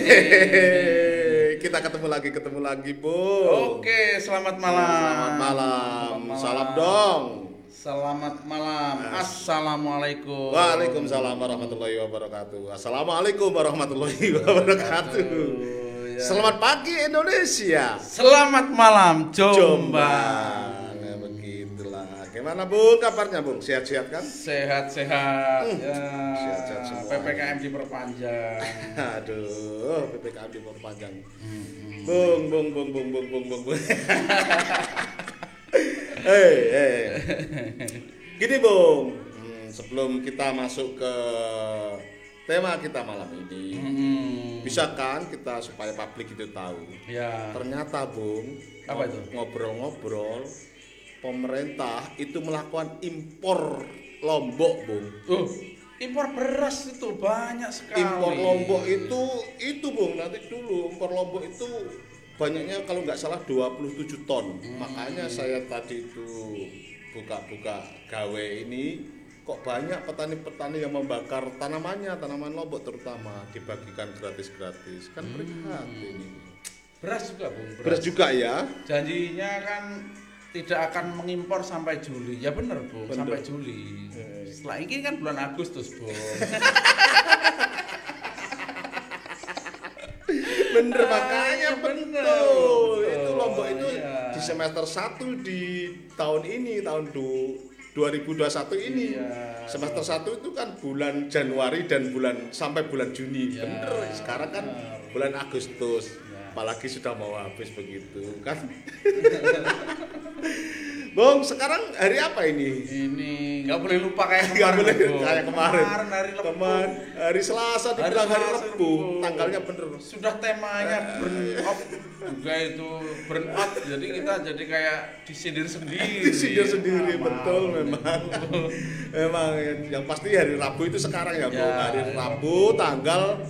Kita ketemu lagi, Bu. Oke, selamat malam. Selamat malam. Salam dong. Selamat malam. Assalamualaikum. Waalaikumsalam warahmatullahi wabarakatuh. Assalamualaikum warahmatullahi wabarakatuh. Ya. Selamat pagi Indonesia. Selamat malam Jombang. Nah, begitulah. Gimana Bung kabarnya Bung? Sehat-sehat kan? Sehat-sehat. Ya. Sehat-sehat semua. PPKM diperpanjang. Aduh, PPKM diperpanjang. Bung. Hei. Gini Bung, sebelum kita masuk ke tema kita malam ini, bisa kan kita supaya publik itu tahu. Ya. Ternyata Bung, Apa itu? ngobrol-ngobrol, pemerintah itu melakukan impor Lombok Bung. Impor beras itu banyak sekali. Impor Lombok itu Bung, nanti dulu impor Lombok itu banyaknya kalau nggak salah 27 ton. Makanya saya tadi itu buka-buka gawe ini, kok banyak petani-petani yang membakar tanaman Lombok terutama dibagikan gratis-gratis. Kan prihatin ini. Beras juga, Bung. Beras juga ya. Janjinya kan tidak akan mengimpor sampai Juli. Ya benar, Bung, Bener. sampai Juli. Setelah ini kan bulan Agustus, Bung. Bener makanya betul. Itu Lombok itu iya. di semester 1 di tahun ini, tahun 2021 ini. Iya. Semester 1 itu kan bulan Januari dan sampai bulan Juni. Iya, Bener. Sekarang kan bener. bulan Agustus. Iya. Apalagi sudah mau habis begitu kan. Bung, sekarang hari apa ini? Ini nggak boleh lupa kayak Nggak kemarin. boleh Bung. kayak kemarin. Hari Rabu. Kemarin hari Selasa dibilang hari Selasa, Rabu. Rabu. Tanggalnya bener. Sudah temanya burn out juga itu burn out. Jadi kita jadi kayak disindir sendiri. Disindir sendiri, Ah, betul mau. memang. Memang yang pasti hari Rabu itu sekarang ya, Bung. Ya, Hari hari Rabu tanggal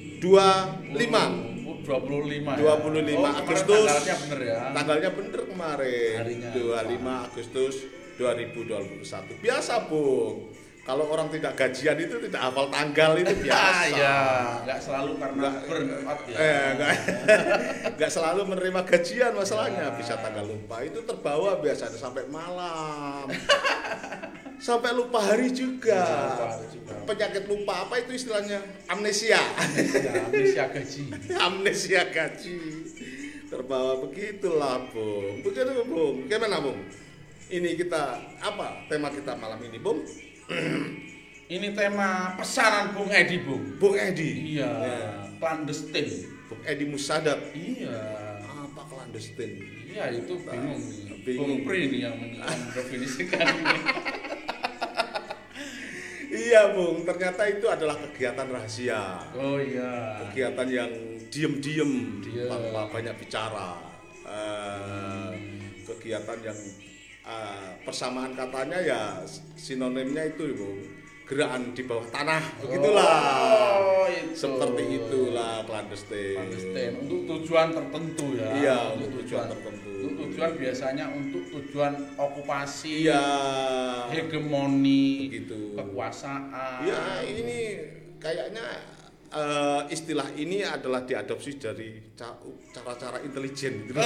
25. 25 ya? 25 Agustus. Tanggalnya bener ya. Tanggalnya bener kemarin. Harinya 25 Agustus 2021. Biasa, Bung. Kalau orang tidak gajian itu tidak hafal tanggal itu biasa. Ya, nggak selalu karena burn out ya. Nggak selalu menerima gajian masalahnya, Ya. bisa tanggal lupa itu terbawa biasanya sampai malam. Sampai lupa hari juga. Ya, lupa hari juga. Penyakit lupa apa itu istilahnya? Amnesia. Amnesia gaji. Amnesia gaji. Terbawa begitulah, Bung. Begitu, Bung. Gimana, Bung? Ini kita apa tema kita malam ini, Bung? Ini tema pesanan Bung Edi, Bung. Bung Edi. Iya, Ya. clandestine. Bung Edi Musadat. Iya. Apa clandestine? Iya, itu bingung nih. Bingung. Bung Pri nih yang mendefinisikan ini. Iya, Bung. Ternyata itu adalah kegiatan rahasia. Oh iya. Kegiatan yang diem-diem Diam. tanpa banyak bicara. Kegiatan yang persamaan katanya ya sinonimnya itu, Bung. Gerakan di bawah tanah, begitulah. Oh, itu. Seperti itulah clandestine. Clandestine untuk tujuan tertentu ya. Iya, untuk tujuan tertentu. Untuk tujuan biasanya untuk tujuan okupasi, Iya. hegemoni, Begitu. kekuasaan. Ya, ini kayaknya istilah ini adalah diadopsi dari cara-cara intelijen gitu.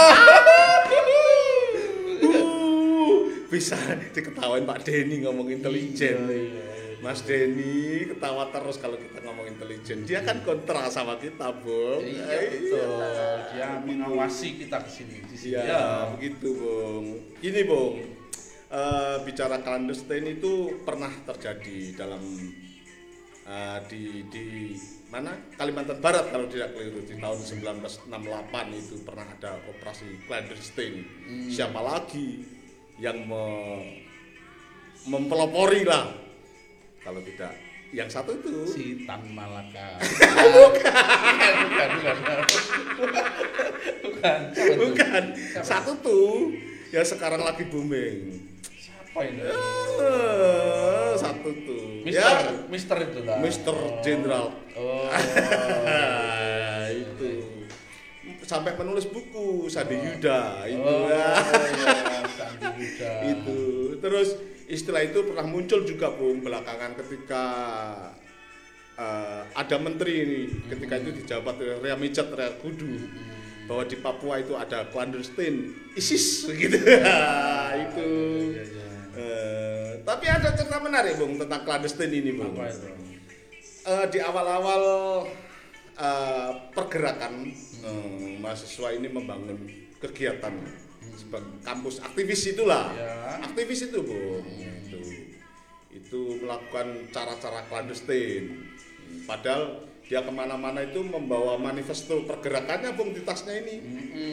Bisa diketawain Pak Denny ngomong intelijen. Iya. Mas Denny ketawa terus kalau kita ngomong intelijen. Dia kan kontra sama kita, Bung. Iya, betul. Dia mengawasi kita di sini. Iya, begitu, Bung. Ini, Bung. Bicara clandestine itu pernah terjadi dalam di mana? Kalimantan Barat kalau tidak keliru, di tahun 1968 itu pernah ada operasi clandestine. Siapa lagi yang mempelopori lah kalau tidak yang satu itu Si Tan Malaka. bukan satu tuh yang sekarang lagi booming. Siapa ini? Satu tuh Mister itu lah. Mister Jenderal. Oh. Itu sampai menulis buku Sandi Yuda itu. Oh, iya, Sandi Yuda. Itu terus istilah itu pernah muncul juga Bung belakangan ketika ada menteri ini ketika itu dijabat oleh Ria Mijat Ria Kudu bahwa di Papua itu ada clandestine ISIS gitu. Itu. Tapi ada cerita menarik Bung tentang clandestine ini Bung. Apa itu? Di awal-awal pergerakan mahasiswa ini membangun kegiatan sebagai kampus aktivis itulah. Ya. Aktivis itu Bung. Itu melakukan cara-cara clandestine. Padahal dia kemana-mana itu membawa manifesto pergerakannya Bung di tasnya ini.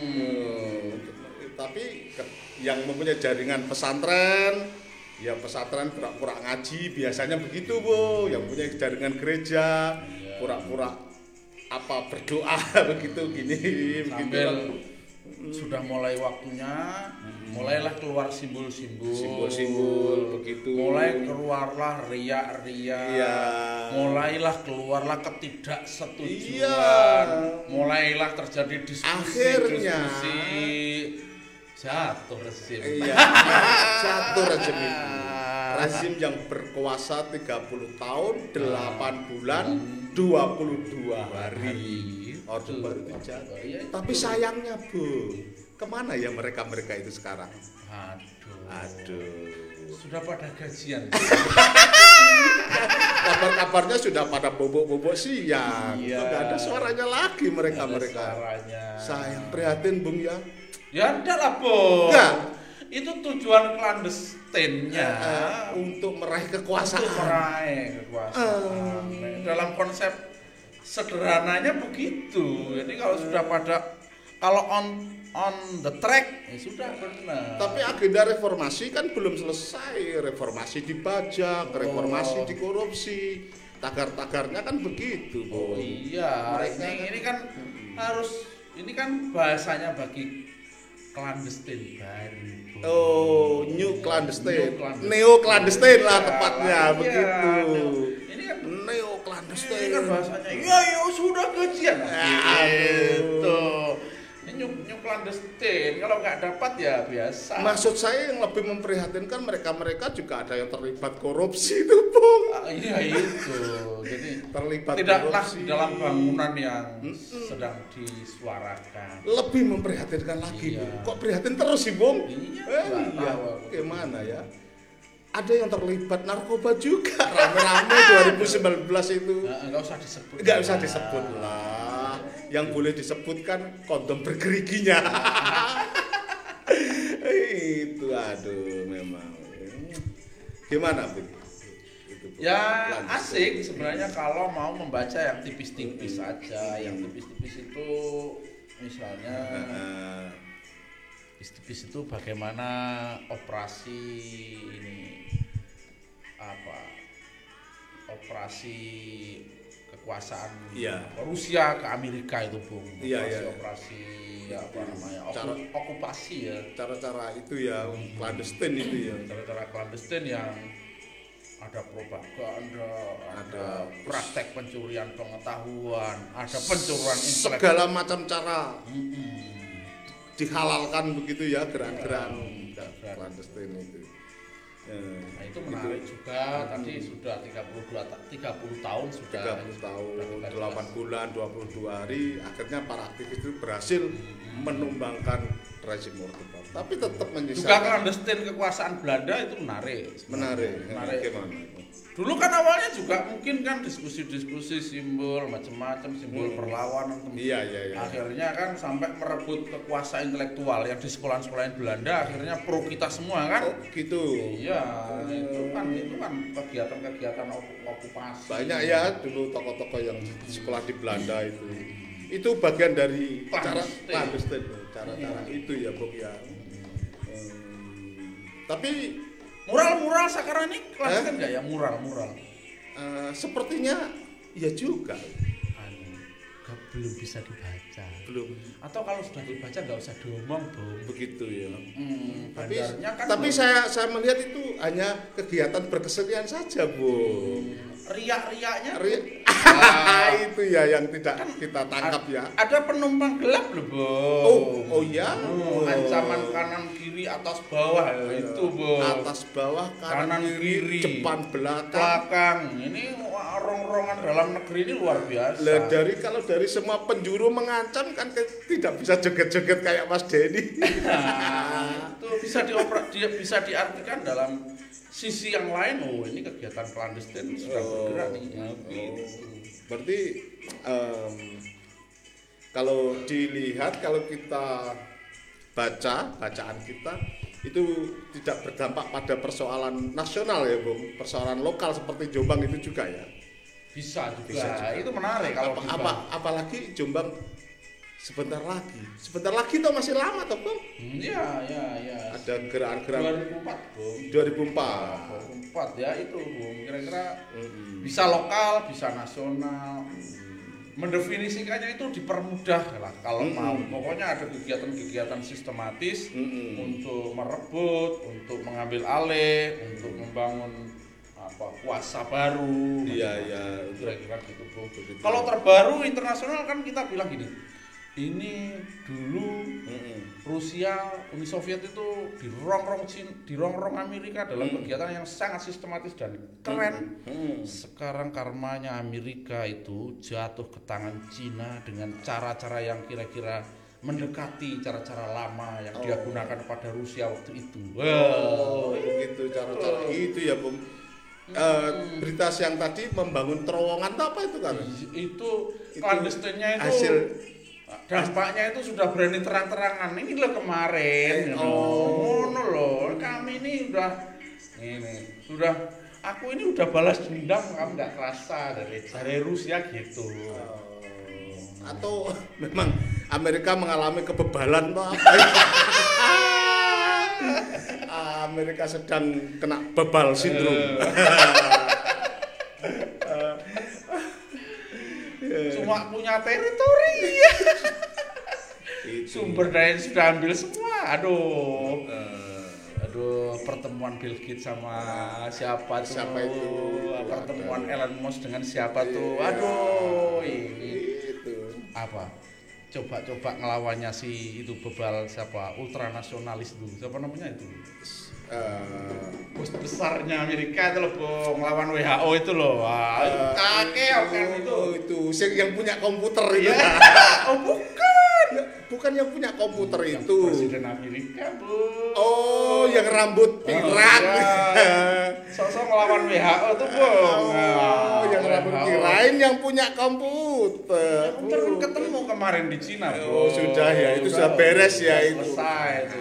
Tapi yang mempunyai jaringan pesantren, ya pesantren pura-pura ngaji biasanya begitu Bu. Yang punya jaringan gereja, pura-pura apa berdoa begitu gini. Sambil begitu. Sudah mulai waktunya, mulailah keluar Simbol-simbol begitu. mulai keluarlah riak-riak, Iya. mulailah keluarlah ketidaksetujuan, Iya. mulailah terjadi Akhirnya. diskusi, jatuh rezim. Iya, satu rezim itu. Rezim yang berkuasa 30 tahun, 8 bulan, 22 hari. Orde Baru terjadi. Ya, itu. Tapi sayangnya Bu, kemana ya mereka-mereka itu sekarang? Aduh. Sudah pada gajian. Kabar-kabarnya sudah pada bobok-bobok siang. Iya. Nggak ada suaranya lagi mereka-mereka. Suaranya. Sayang prihatin Bung ya. Ya enggak lah, Bung. Enggak. Itu tujuan clandestine-nya Untuk meraih kekuasaan. untuk meraih kekuasaan. Dalam konsep sederhananya begitu. Jadi kalau sudah kalau on the track ya sudah benar. Tapi agenda reformasi kan belum selesai. Reformasi dibajak, reformasi di korupsi. Tagar-tagarnya kan begitu, Oh Bu. iya, Mereka ini kan harus, ini kan bahasanya bagi clandestine baru. Oh, new clandestine. New clandestine. Neo clandestine lah Iya, tepatnya iya, begitu. Ini kan Neo ini clandestine. kan bahasanya, ya sudah gajian. Gitu. Ini new clandestine, kalau nggak dapat ya biasa. Maksud saya yang lebih memprihatinkan mereka-mereka juga ada yang terlibat korupsi itu, Bung. Iya itu. Jadi Terlibat tidaklah korupsi. dalam bangunan yang sedang disuarakan. Lebih memprihatinkan lagi, Iya. Bung. Kok prihatin terus sih, Bung? Iya, Iya. nggak tahu aku. Gimana ya? Ada yang terlibat narkoba juga rame-rame 2019 itu. Nggak usah disebut. Nggak usah disebut lah. Yang boleh disebutkan kondom bergeriginya. Itu aduh memang. Gimana, Bu? Ya Lanjut. asik sebenarnya kalau mau membaca yang tipis-tipis aja. Yang tipis-tipis itu misalnya tipis-tipis itu bagaimana operasi ini operasi kekuasaan Iya. Rusia ke Amerika itu Bung. Iya, Operasi, iya. operasi apa namanya? Cara- Okupasi ya. Cara-cara itu ya clandestine itu ya. Cara-cara clandestine yang ada propaganda, ada praktek pencurian pengetahuan, ada pencurian intelektual. Segala macam cara dihalalkan begitu ya gerak-gerak clandestine itu. Nah, itu menarik juga. Tadi sudah 30 tahun sudah 30 tahun, kita 8 jelas. bulan, 22 hari, akhirnya para aktivis itu berhasil menumbangkan rezim Orde Baru. Tapi tetap Juga menyisakan clandestine kekuasaan Belanda itu menarik. menarik. Menarik. Gimana? Dulu kan awalnya juga mungkin kan diskusi-diskusi simbol macam-macam, simbol perlawanan. Iya, iya, iya. Akhirnya kan sampai merebut kekuasaan intelektual yang di sekolah-sekolah Belanda akhirnya pro kita semua kan. Oh, gitu. Iya, itu kan kegiatan-kegiatan okupasi. Banyak ya dulu tokoh-tokoh yang sekolah di Belanda itu. Itu bagian dari cara clandestine, cara-cara itu ya, Bung ya. Tapi Mural-mural sekarang ini kelas kan nggak ya mural-mural? sepertinya ya juga Belum bisa dibaca. belum Atau kalau sudah dibaca nggak usah diomong dong. begitu ya. Tapi Bandarnya kan saya melihat itu hanya kegiatan berkesenian saja, Bu. riak-riaknya. Itu ya yang tidak kita tangkap ya. Ada penumpang gelap loh, Bung. Oh ya. Ancaman kanan kiri atas bawah itu, Bung. Atas bawah kanan kiri, depan belakang. Ini rong-rongan dalam negeri ini luar biasa. Lah kalau dari semua penjuru mengancam kan tidak bisa joget-joget kayak Mas Denny. Nah, itu bisa diartikan dalam sisi yang lain. Oh, ini kegiatan clandestine sudah bergerak nih. Berarti kalau dilihat, kalau kita bacaan kita itu tidak berdampak pada persoalan nasional ya, Bung. Persoalan lokal seperti Jombang itu juga ya. Bisa juga. Itu menarik kalau apalagi Jombang sebentar lagi toh, masih lama toh, Bung. Iya. Ada gerakan 2004, Bung. 2004 ya itu, Bung. Kira-kira bisa lokal, bisa nasional. Mendefinisikannya itu dipermudah lah kalau mau. Pokoknya ada kegiatan-kegiatan sistematis untuk merebut, untuk mengambil alih, untuk membangun kuasa baru. Iya. Kira-kira gitu, Bro. Kalau terbaru internasional kan kita bilang gini. Ini dulu Rusia, Uni Soviet itu dirongrong Amerika dalam kegiatan yang sangat sistematis dan keren. Sekarang karmanya Amerika itu jatuh ke tangan Cina dengan cara-cara yang kira-kira mendekati cara-cara lama yang dia gunakan pada Rusia waktu itu. Begitu cara-cara itu ya, Bung. Berita siang tadi membangun terowongan apa itu kan? Itu clandestine-nya itu hasil dampaknya itu sudah berani terang-terangan. Ini loh kemarin. Ngono loh. Kami ini sudah aku ini udah balas dendam, kamu nggak kerasa dari Rusia gitu. Atau memang Amerika mengalami kebebalan atau apa? Amerika sedang kena bebal sindrom. Cuma punya teritori. Sumber daya sudah ambil semua. Aduh, pertemuan Bill Gates sama siapa itu? Pertemuan Elon Musk dengan siapa tuh? Aduh, ini apa? Coba ngelawannya si itu bebal siapa? Ultranasionalis itu. Siapa namanya itu? Bos besarnya Amerika itu loh, Bung, ngelawan WHO itu loh. Kakek kan itu yang punya komputer itu. Bukan yang punya komputer yang itu. Presiden Amerika, Bu. Oh, yang rambut pirang. Sosok ngelawan WHO tuh, Bung. Yang rambut kirain yang punya komputer. Komputer ketemu kemarin di Cina, Bu. Oh, sudah ya, itu sudah beres ya itu. Selesai itu.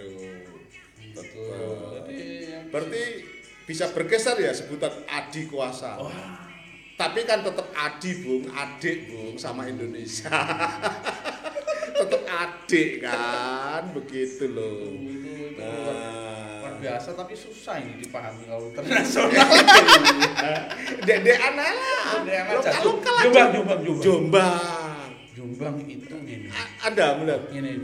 Berarti bisa bergeser ya sebutan adi kuasa. Tapi kan tetap adi, Bung, adik, Bung, sama Indonesia. Tetap adik kan, begitu loh. Luar biasa, tapi susah ini dipahami kalau internasional. Dedean aja. Jombang itu ini. Anda melihat ini.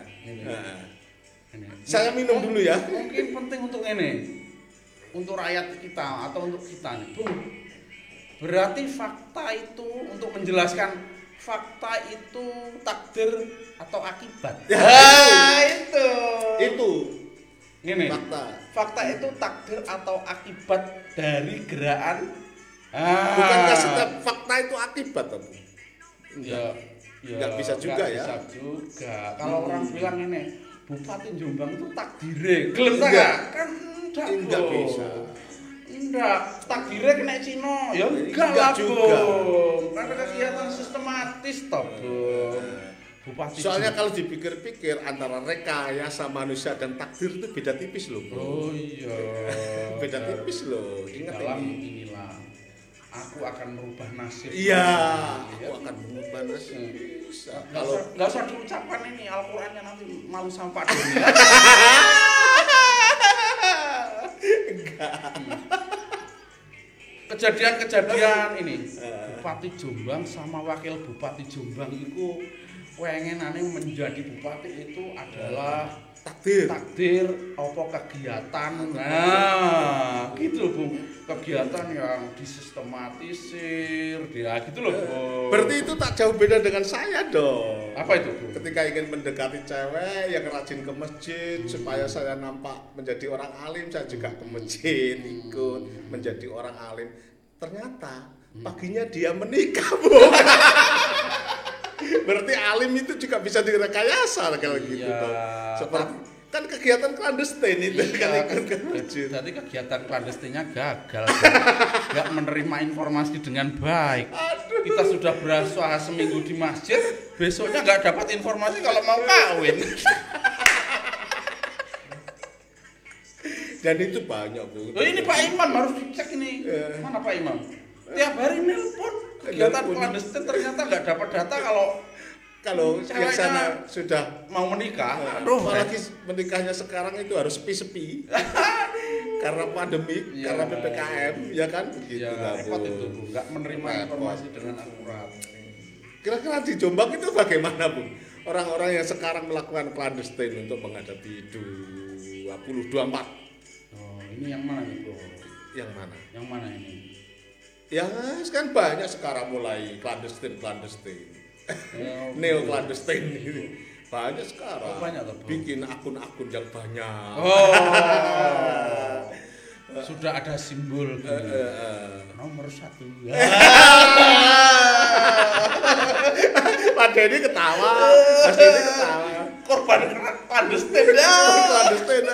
Saya minum dulu ya. Mungkin penting untuk ini. Untuk rakyat kita atau untuk kita nih, Bung. Berarti fakta itu untuk menjelaskan fakta itu takdir atau akibat. Itu. Gini. Fakta itu takdir atau akibat dari gerakan. Bukankah setiap fakta itu akibat, Bung? Nggak bisa juga ya. Bisa juga. Kalau orang bilang ini Bupati Jombang itu takdire. Gelem tak? Kan enggak bisa. Enggak, takdire kena Cina. Ya enggak lah, juga. Karena kegiatan sistematis toh, Bung. Bupati. Soalnya kalau dipikir-pikir antara rekayasa manusia dan takdir itu beda tipis loh, Bro. Oh iya. Beda tipis loh. Ingat dalam inilah. Aku akan merubah nasib. Iya, aku akan merubah nasib. Kalau enggak usah diucapkan ini Al-Qur'annya nanti malu sama Pak Doni. Kejadian-kejadian ini Bupati Jombang sama Wakil Bupati Jombang itu pengenane menjadi bupati itu adalah takdir apa kegiatan. Nah, gitu Bung. Kegiatan yang disistematisir, dia gitu loh, Bung. Berarti itu tak jauh beda dengan saya dong. Apa itu, Bung? Ketika ingin mendekati cewek yang rajin ke masjid supaya saya nampak menjadi orang alim, saya juga ke masjid ikut menjadi orang alim. Ternyata paginya dia menikah, Bung. Berarti alim itu juga bisa direkayasa kalau gitu toh. Seperti kan kegiatan clandestine itu kan ikut ke masjid. Jadi kegiatan clandestinnya gagal. Enggak menerima informasi dengan baik. Aduh. Kita sudah berasuah seminggu di masjid, besoknya enggak dapat informasi kalau mau kawin. Dan itu banyak, Bu. Oh, ini Pak Imam harus dicek ini. Mana Pak Imam? Tiap hari nelpon kegiatan clandestin ternyata enggak dapat data kalau yang sana sudah mau menikah. Apalagi menikahnya sekarang itu harus sepi-sepi. Karena pandemi, karena PPKM, ya kan? Begitu lah, repot itu, Bu. Enggak menerima informasi dengan akurat. Kira-kira di Jombang itu bagaimana, Bu? Orang-orang yang sekarang melakukan clandestine untuk menghadapi 2024. Oh, ini yang mana nih, Bro? Yang mana? Yang mana ini? Ya, kan banyak sekarang mulai clandestine. Neo clandestine itu banyak sekarang. Banyak tuh, bikin akun-akun yang banyak. Sudah ada simbol nomor 1. Pak Denny ketawa, Mas Denny ketawa. Korban clandestine ya. Clandestine.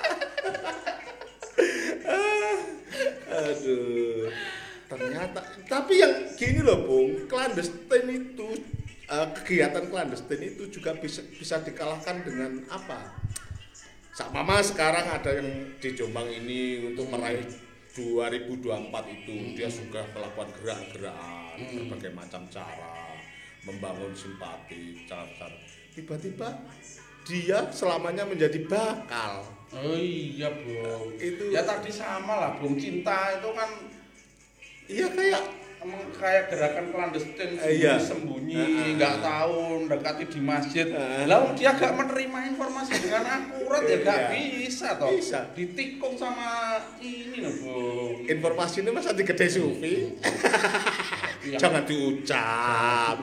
Aduh. Ternyata, tapi yang gini loh, Bung, clandestine itu kegiatan clandestine itu juga bisa dikalahkan dengan apa? Sama sekarang ada yang di Jombang ini untuk meraih 2024 itu dia sudah melakukan gerak-gerakan berbagai macam cara membangun simpati, cara-cara. Tiba-tiba dia selamanya menjadi bakal. Oh iya, Bung. Itu ya tadi sama lah, Bung. Cinta itu kan iya kayak gerakan clandestine sembunyi, nggak tahu mendekati di masjid. Lalu dia gak menerima informasi dengan akurat ya gak bisa toh. Bisa. Ditikung sama ini loh, Bung. Informasi ini masa di Gede Sufi. Jangan diucap.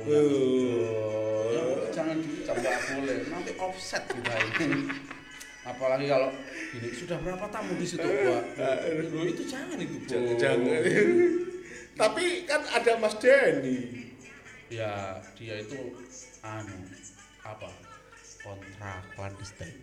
Jangan diucap, nggak boleh. Nanti offset kita ini. Apalagi kalau ini sudah berapa tamu di situ, Pak? Loh, itu jangan itu, Bu. Jangan. Tapi kan ada Mas Denny. Ya, dia itu kontrak clandestine.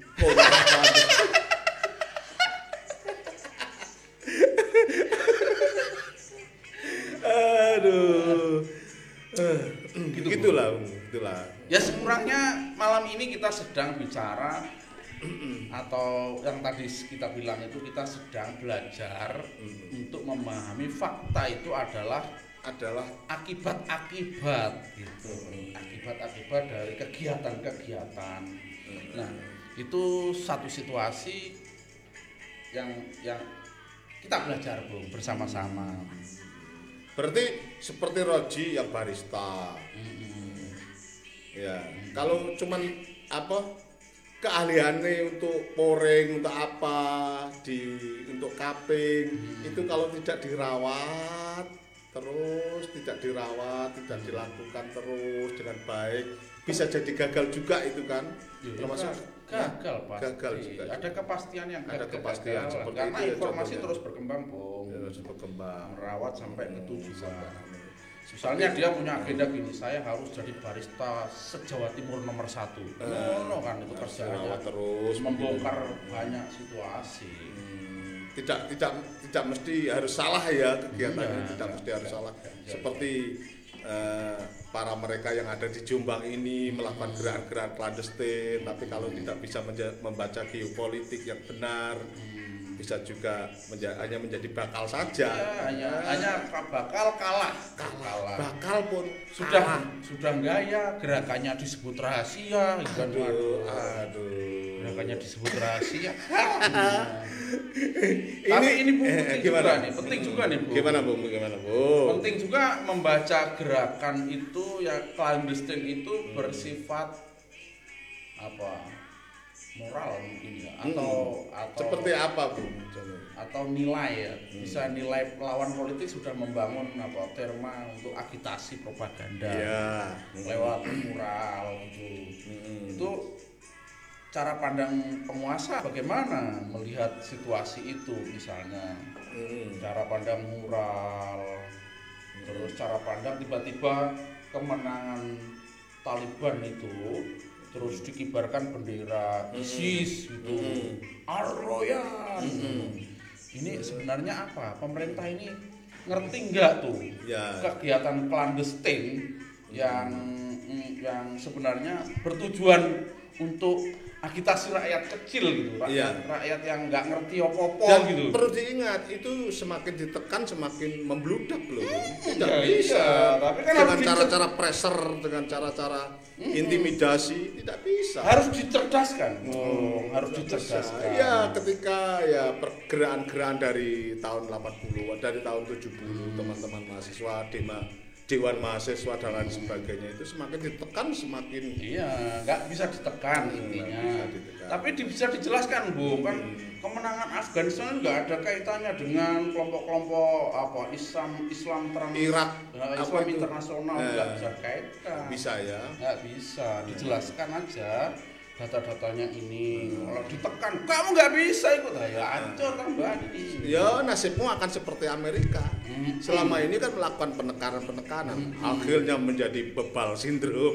Aduh. Gitulah. Ya sekurangnya malam ini kita sedang bicara atau yang tadi kita bilang itu kita sedang belajar untuk memahami fakta itu adalah akibat-akibat gitu. Akibat-akibat dari kegiatan-kegiatan. Nah, itu satu situasi yang kita belajar, Bung, bersama-sama. Berarti seperti Roji yang barista. Ya, kalau cuman keahliannya untuk pouring, untuk untuk cupping, itu kalau tidak dirawat, tidak dilakukan terus dengan baik, bisa jadi gagal juga itu kan. Termasuk gagal, Pak. Gagal juga. Ada kepastian yang ada kepastian gagal, seperti karena itu informasi ya, terus berkembang, Bung. Terus berkembang. Merawat sampai ke tujuan. Misalnya dia punya agenda gini, saya harus jadi barista se-Jawa Timur nomor 1. Kan itu kerjanya terus membongkar banyak situasi. Tidak mesti harus salah ya kegiatannya, tidak mesti harus salah. Seperti para mereka yang ada di Jombang ini melakukan gerakan clandestine, tapi kalau tidak bisa membaca geopolitik yang benar, bisa juga hanya menjadi bakal saja. Ya, hanya bakal kalah. Bakal pun sudah gaya, gerakannya disebut rahasia. Aduh. Gerakannya disebut rahasia. Tapi ini Bu, penting juga nih, Bu. Gimana, Bu? Penting juga membaca gerakan itu ya, clandestine itu bersifat moral mungkin ya, atau seperti apa, Bu? Atau nilai ya, bisa nilai lawan politik sudah membangun terma untuk agitasi propaganda lewat mural gitu. Itu cara pandang penguasa bagaimana melihat situasi itu, misalnya cara pandang mural Terus cara pandang tiba-tiba kemenangan Taliban itu terus dikibarkan bendera ISIS gitu, Ar-Royan. Ini sebenarnya apa? Pemerintah ini ngerti nggak tuh kegiatan clandestine yang sebenarnya bertujuan untuk agitasi rakyat kecil gitu, rakyat yang nggak ngerti apa-apa gitu. Perlu diingat itu semakin ditekan semakin membludak loh. Tidak bisa. Tapi kan dengan cara-cara pressure, dengan cara-cara intimidasi tidak bisa. Harus dicerdaskan. Harus dicerdaskan. Ya, ketika ya pergerakan-gerakan dari tahun 80, dari tahun 70 teman-teman mahasiswa Dewan Mahasiswa dan lain sebagainya itu semakin ditekan semakin nggak bisa ditekan intinya. Tapi bisa dijelaskan kan kemenangan Afghanistan nggak ada kaitannya dengan kelompok-kelompok Islam terang Irak Islam internasional, nggak bisa kaitan. Bisa ya? Nggak bisa, dijelaskan aja data-datanya ini. Kalau ditekan kamu nggak bisa ikut, ya hancur kan ini. Ya nasibmu akan seperti Amerika. Selama ini kan melakukan penekanan, akhirnya menjadi bebal sindrom.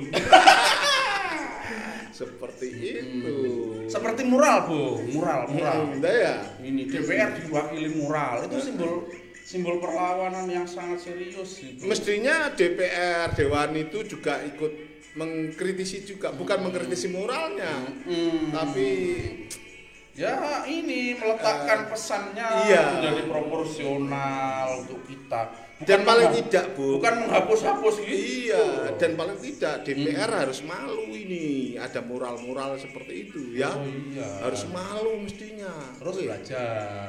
Seperti itu. Seperti mural, Bu. Mural. Ya. Ini DPR diwakili mural. Itu simbol perlawanan yang sangat serius gitu. Mestinya DPR Dewan itu juga ikut mengkritisi juga, bukan mengkritisi moralnya, tapi ya ini meletakkan pesannya menjadi proporsional untuk kita. Dan paling tidak, Bu, bukan menghapus-hapus gitu. Iya, dan paling tidak DPR harus malu ini ada mural-mural seperti itu ya. Harus malu mestinya. Terus belajar.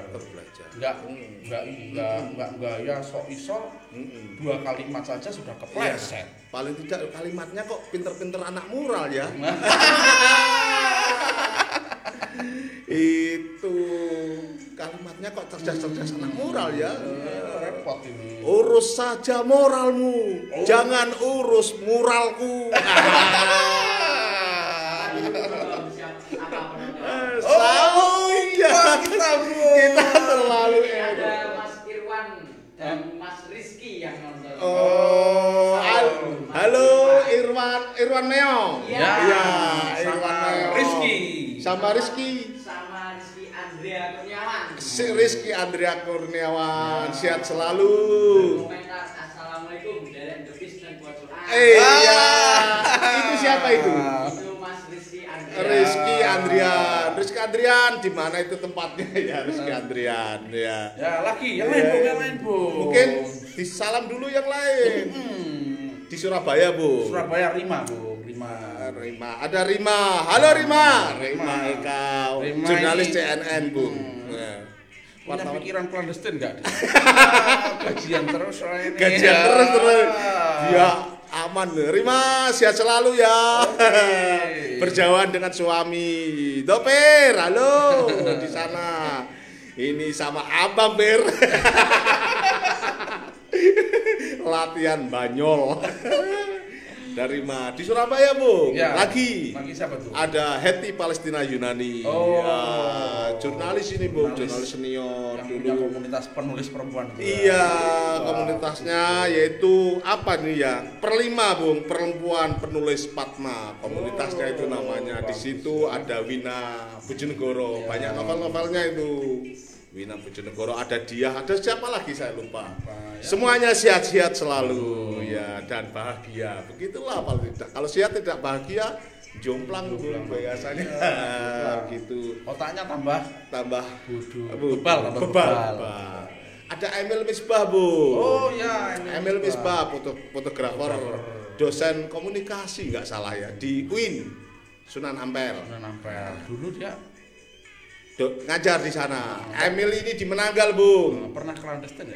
Enggak ya sok iso. 2 kalimat saja sudah kepleset. Paling tidak kalimatnya kok pinter-pinter anak mural ya. Itu kalimatnya kok cerdas-cerdas anak moral ya. Repot ini. Urus saja moralmu, jangan urus muralku. Kita terlalu ada Mas Irwan dan Mas Rizky yang nonton. Halo Irwan Neo. Iya. Irwan Neo. Sama Rizky Andrea Kurniawan. Rizky Andrea Kurniawan, sehat selalu. Komentar assalamualaikum dari The Beast dan buat surah. Iya. Itu siapa itu? Itu Mas Rizky Andrea. Rizky Andrian, di mana itu tempatnya ya Rizky Andrian ya. Ya lagi yang lain Bu. Mungkin disalam dulu yang lain. Di Surabaya, Bu. Surabaya Rima, Bu. Rima. Ada Rima. Halo Rima. Rima Eka. Jurnalis CNN, Bu. Punya pikiran clandestine enggak? Gajian terus soalnya ini. Gajian terus. Ya, aman. Rima, sehat selalu ya. Berjauhan dengan suami. Doper, halo di sana. Ini sama Abang Ber. Latihan banyol. Dari di Surabaya, Bu. Ya, lagi siapa tuh? Ada Hetty Palestina Yunani. Jurnalis ini, Bu, jurnalis senior yang dulu. punya komunitas penulis perempuan. Iya, komunitasnya yaitu apa nih ya? Perlima, Bung, perempuan penulis Padma. Komunitasnya itu namanya. Di situ ada Wina Bojonegoro. Banyak novel-novelnya itu. Wina Bojonegoro, ada dia, ada siapa lagi saya lupa. Semuanya sehat-sehat selalu ya dan bahagia. Begitulah paling tidak. Kalau sehat tidak bahagia, jomplang biasanya. Gitu. Otaknya tambah bebal. Ada Emil Misbah, Bu. Oh ya, Emil Misbah, fotografer, dosen komunikasi nggak salah ya di UIN Sunan Ampel. Dulu dia ngajar di sana. Emil ini di Menanggal, Bu. Pernah clandestine ya?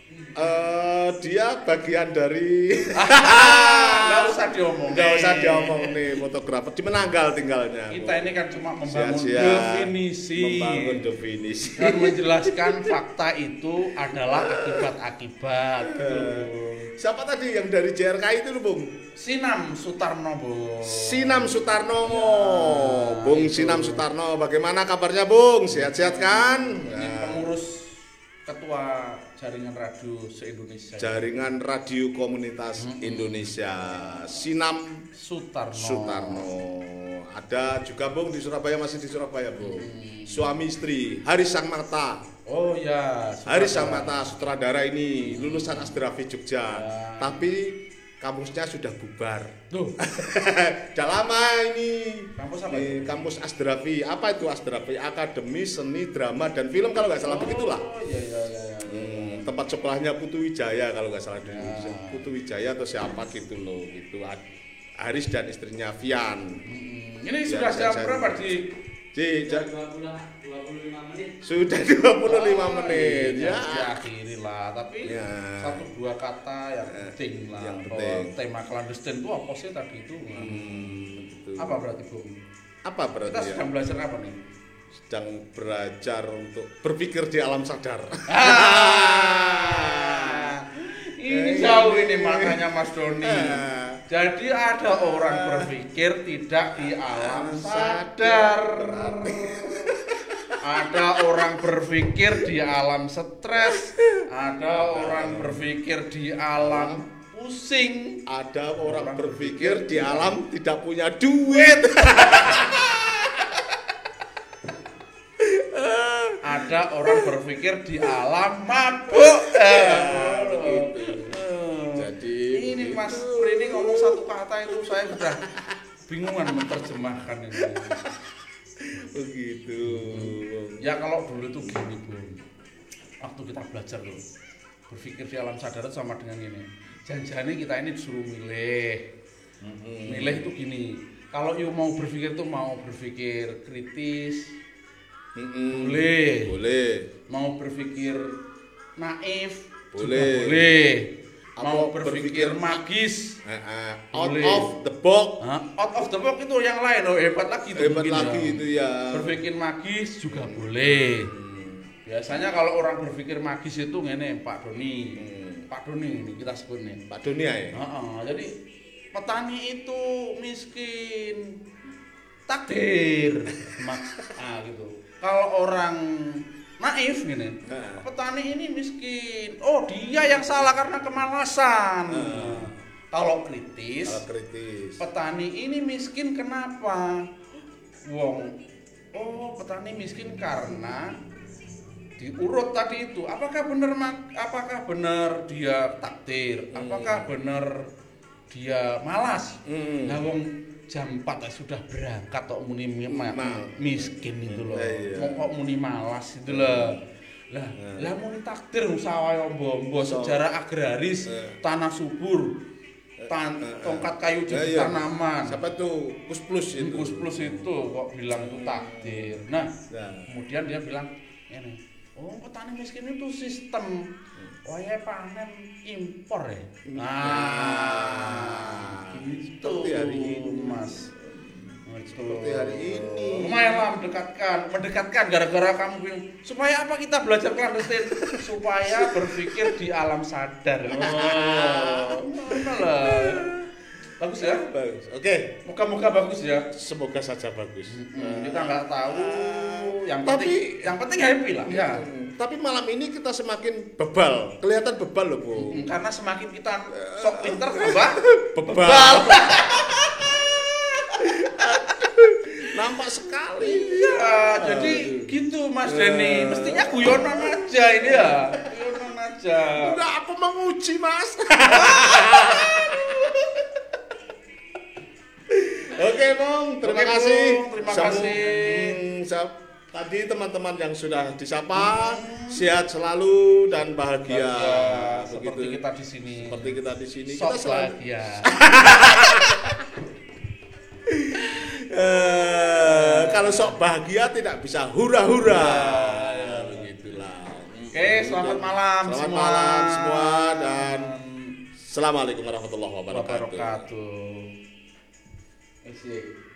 Dia bagian dari nggak usah diomong nih, fotografer di Menanggal tinggalnya. Kita ini kan cuma membangun definisi dan menjelaskan fakta itu adalah akibat-akibat. Siapa tadi yang dari JRK itu loh, Bung? Sinam Sutarno, Bung. Sinam Sutarno. Bung Sinam Sutarno, bagaimana kabarnya, Bung? Sehat-sehat kan? Ini pengurus ketua jaringan radio se-Indonesia. Jaringan Radio Komunitas Indonesia Sinam Sutarno. Ada juga Bung di Surabaya, masih di Surabaya Bung. Suami istri Haris Sang Mata. Oh ya, Haris Sang Mata sutradara ini lulusan Asdrafi Jogja. Tapi kampusnya sudah bubar. Tuh. Udah lama ini. Kampus apa? Kampus Asdrafi. Apa itu Asdrafi? Akademi Seni Drama dan Film kalau nggak salah begitulah. Oh iya. Tempat sekolahnya Putu Wijaya kalau nggak salah dulu. Putu Wijaya atau siapa gitu loh. Gitu. Haris dan istrinya Vian. Ini sudah jam berapa di 25 menit. Sudah 25 menit. Ya. Diakhiri lah, tapi satu dua kata yang penting lah. Yang bahwa penting. tema clandestine itu apa sih tadi itu? Begitu. Apa berarti Bung? Apa berarti Kita ya? sedang belajar apa nih? Sedang belajar untuk berpikir di alam sadar. Ini jauh ini makanya Mas Doni. Jadi ada orang berpikir tidak di alam sadar. Ada orang berpikir di alam stres. Ada orang berpikir di alam pusing. Ada orang berpikir di alam tidak punya duit. Ada orang berpikir di alam mabuk. Jadi Ini Mas Prini ngomong satu kata itu saya sudah bingungan menerjemahkan ini. begitu. Ya kalau dulu itu gini Bung, waktu kita belajar loh, berpikir di alam sadar itu sama dengan ini. Jangan-jangan kita ini disuruh milih. Milih itu gini, kalau you mau berpikir itu mau berpikir kritis, boleh. Mau berpikir naif, juga boleh. Mau berpikir magis, out boleh. of the box. Out of the box itu yang lain, hebat lagi itu. Hebat mungkin lagi itu ya. Berpikir magis juga boleh. Biasanya kalau orang berpikir magis itu ngene Pak Doni. Pak Doni ini kita sebut nih. Pak Dunia ya. Jadi petani itu miskin, takdir, gitu. Kalau orang naif gini, petani ini miskin. Oh dia yang salah karena kemalasan. Kalau kritis, petani ini miskin kenapa? Petani miskin karena diurut tadi itu. Apakah benar dia takdir? Apakah benar dia malas? Nah jam 4 sudah berangkat kok muni miskin itu loh. Kok muni malas itu loh. Lah muni takdir sawah ombo-ombo sejarah agraris, tanah subur, tongkat kayu jadi tanaman. Siapa tuh? Kus Plus itu kok bilang itu takdir. Nah, kemudian dia bilang ini, petani miskin itu sistem panen impor ya. Gitu seperti hari ini Mas. Seperti hari ini. Lumayan lah mendekatkan gara-gara kamu bilang supaya apa kita belajar clandestine? Supaya berpikir di alam sadar. Mana lah. Bagus ya? Bagus. Oke. Moga-moga bagus ya. Semoga saja bagus. Kita nggak tahu. Yang penting happy lah. Ya. Tapi malam ini kita semakin bebal, kelihatan bebal loh Bu. Karena semakin kita sok pinter tambah bebal. Nampak sekali. Iya, jadi gitu Mas Denny. Mestinya guyonan aja ini ya. Guyonan aja. Enggak, aku menguji Mas. Oke Bung, terima kasih. Terima kasih. Tadi teman-teman yang sudah disapa, sehat selalu dan bahagia. Seperti kita di sini. Seperti kita di sini. Sok Kita selalu bahagia. Kalau sok bahagia tidak bisa hura-hura. Ya, begitulah. Oke, selamat malam semua dan Assalamualaikum warahmatullahi wabarakatuh. Asik.